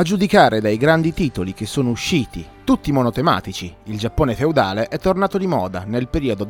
A giudicare dai grandi titoli che sono usciti, tutti monotematici, il Giappone feudale è tornato di moda nel periodo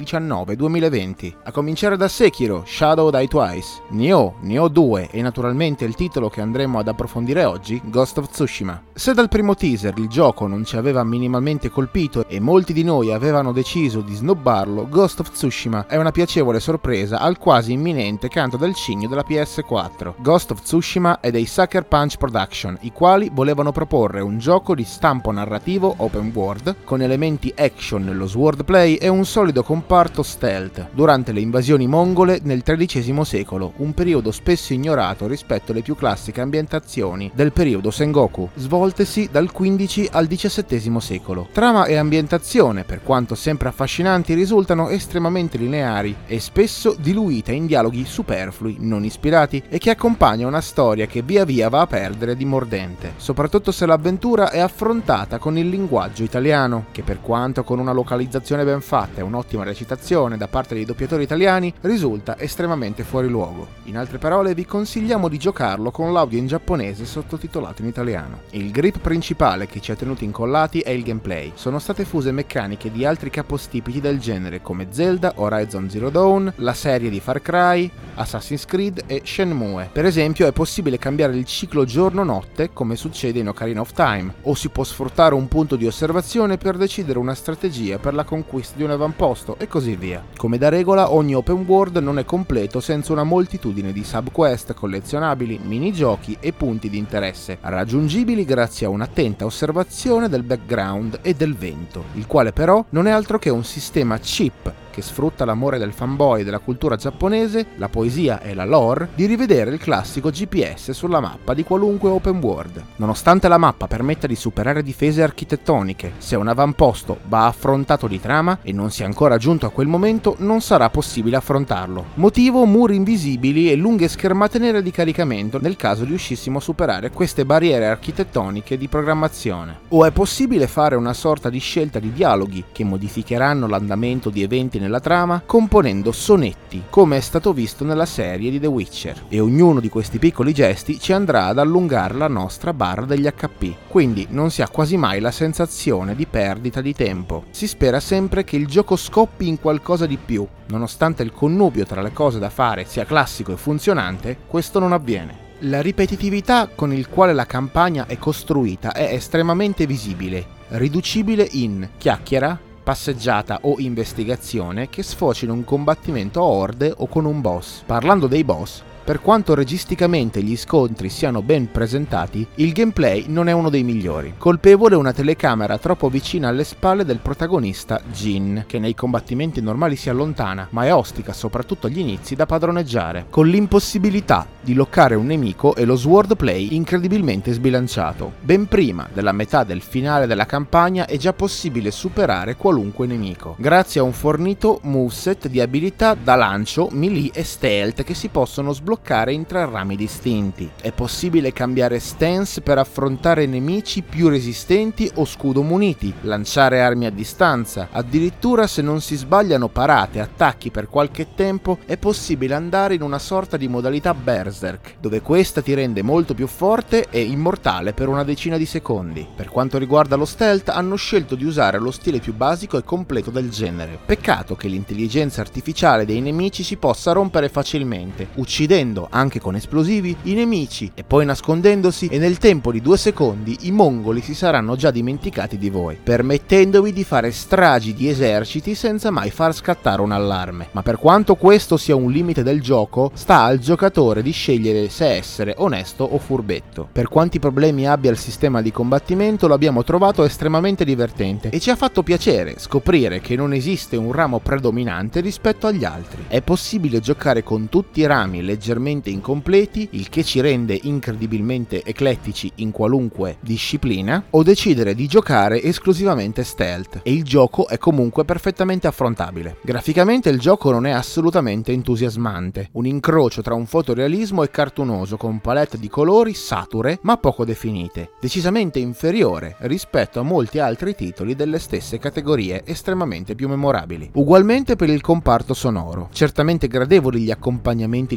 2019-2020, a cominciare da Sekiro, Shadow Die Twice, Nioh 2 e naturalmente il titolo che andremo ad approfondire oggi, Ghost of Tsushima. Se dal primo teaser il gioco non ci aveva minimamente colpito e molti di noi avevano deciso di snobbarlo, Ghost of Tsushima è una piacevole sorpresa al quasi imminente canto del cigno della PS4. Ghost of Tsushima è dei Sucker Punch Production, i quali volevano proporre un gioco di stampo narrativo open world con elementi action nello swordplay e un solido comparto stealth durante le invasioni mongole nel XIII secolo, un periodo spesso ignorato rispetto alle più classiche ambientazioni del periodo Sengoku, svoltesi dal XV al XVII secolo. Trama e ambientazione, per quanto sempre affascinanti, risultano estremamente lineari e spesso diluite in dialoghi superflui, non ispirati, e che accompagna una storia che via via va a perdere di mordente, soprattutto se l'avventura è affrontata con il linguaggio italiano, che per quanto con una localizzazione ben fatta e un'ottima recitazione da parte dei doppiatori italiani, risulta estremamente fuori luogo. In altre parole, vi consigliamo di giocarlo con l'audio in giapponese sottotitolato in italiano. Il grip principale che ci ha tenuti incollati è il gameplay. Sono state fuse meccaniche di altri capostipiti del genere come Zelda, Horizon Zero Dawn, la serie di Far Cry, Assassin's Creed e Shenmue. Per esempio, è possibile cambiare il ciclo giorno-notte come succede in Ocarina of Time, o si può sfruttare un punto di osservazione per decidere una strategia per la conquista di un avamposto e così via. Come da regola, ogni open world non è completo senza una moltitudine di subquest collezionabili, minigiochi e punti di interesse, raggiungibili grazie a un'attenta osservazione del background e del vento, il quale però non è altro che un sistema cheap che sfrutta l'amore del fanboy della cultura giapponese, la poesia e la lore di rivedere il classico GPS sulla mappa di qualunque open world. Nonostante la mappa permetta di superare difese architettoniche, se un avamposto va affrontato di trama e non si è ancora giunto a quel momento, non sarà possibile affrontarlo. Motivo: muri invisibili e lunghe schermate nere di caricamento nel caso riuscissimo a superare queste barriere architettoniche di programmazione. O è possibile fare una sorta di scelta di dialoghi che modificheranno l'andamento di eventi nella trama componendo sonetti, come è stato visto nella serie di The Witcher, e ognuno di questi piccoli gesti ci andrà ad allungare la nostra barra degli HP, quindi non si ha quasi mai la sensazione di perdita di tempo. Si spera sempre che il gioco scoppi in qualcosa di più. Nonostante il connubio tra le cose da fare sia classico e funzionante, questo non avviene. La ripetitività con il quale la campagna è costruita è estremamente visibile, riducibile in chiacchiera, passeggiata o investigazione che sfocia in un combattimento a orde o con un boss. Parlando dei boss, per quanto registicamente gli scontri siano ben presentati, il gameplay non è uno dei migliori. Colpevole una telecamera troppo vicina alle spalle del protagonista Jin, che nei combattimenti normali si allontana, ma è ostica soprattutto agli inizi da padroneggiare, con l'impossibilità di loccare un nemico e lo swordplay incredibilmente sbilanciato. Ben prima della metà del finale della campagna è già possibile superare qualunque nemico, grazie a un fornito moveset di abilità da lancio, melee e stealth che si possono sbloccare in 3 rami distinti. È possibile cambiare stance per affrontare nemici più resistenti o scudo muniti, lanciare armi a distanza, addirittura se non si sbagliano parate, attacchi per qualche tempo, è possibile andare in una sorta di modalità Berserk, dove questa ti rende molto più forte e immortale per una decina di secondi. Per quanto riguarda lo stealth, hanno scelto di usare lo stile più basico e completo del genere. Peccato che l'intelligenza artificiale dei nemici si possa rompere facilmente, uccidendo anche con esplosivi i nemici e poi nascondendosi, e nel tempo di 2 secondi i mongoli si saranno già dimenticati di voi, permettendovi di fare stragi di eserciti senza mai far scattare un allarme. Ma per quanto questo sia un limite del gioco, sta al giocatore di scegliere se essere onesto o furbetto. Per quanti problemi abbia il sistema di combattimento, lo abbiamo trovato estremamente divertente e ci ha fatto piacere scoprire che non esiste un ramo predominante rispetto agli altri. È possibile giocare con tutti i rami leggermente incompleti, il che ci rende incredibilmente eclettici in qualunque disciplina, o decidere di giocare esclusivamente stealth, e il gioco è comunque perfettamente affrontabile. Graficamente il gioco non è assolutamente entusiasmante, un incrocio tra un fotorealismo e cartunoso con palette di colori sature ma poco definite, decisamente inferiore rispetto a molti altri titoli delle stesse categorie estremamente più memorabili. Ugualmente per il comparto sonoro, certamente gradevoli gli accompagnamenti di tamburi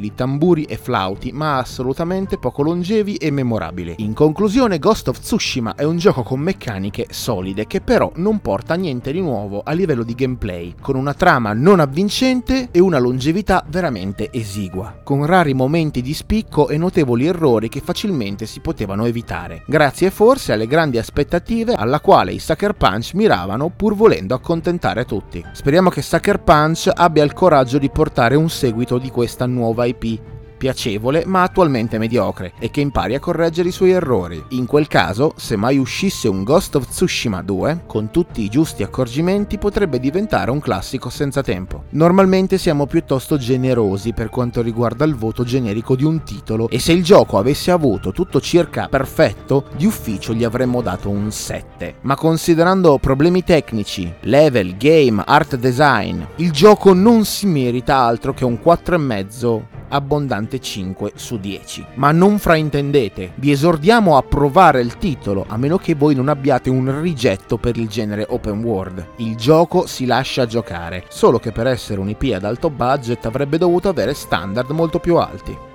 duri e flauti, ma assolutamente poco longevi e memorabili. In conclusione, Ghost of Tsushima è un gioco con meccaniche solide che però non porta niente di nuovo a livello di gameplay, con una trama non avvincente e una longevità veramente esigua, con rari momenti di spicco e notevoli errori che facilmente si potevano evitare, grazie forse alle grandi aspettative alla quale i Sucker Punch miravano pur volendo accontentare tutti. Speriamo che Sucker Punch abbia il coraggio di portare un seguito di questa nuova IP, piacevole ma attualmente mediocre, e che impari a correggere i suoi errori. In quel caso, se mai uscisse un Ghost of Tsushima 2, con tutti i giusti accorgimenti potrebbe diventare un classico senza tempo. Normalmente siamo piuttosto generosi per quanto riguarda il voto generico di un titolo, e se il gioco avesse avuto tutto circa perfetto, di ufficio gli avremmo dato un 7. Ma considerando problemi tecnici, level, game, art design, il gioco non si merita altro che un 4,5 abbondante 5 su 10. Ma non fraintendete, vi esordiamo a provare il titolo, a meno che voi non abbiate un rigetto per il genere open world. Il gioco si lascia giocare, solo che per essere un IP ad alto budget avrebbe dovuto avere standard molto più alti.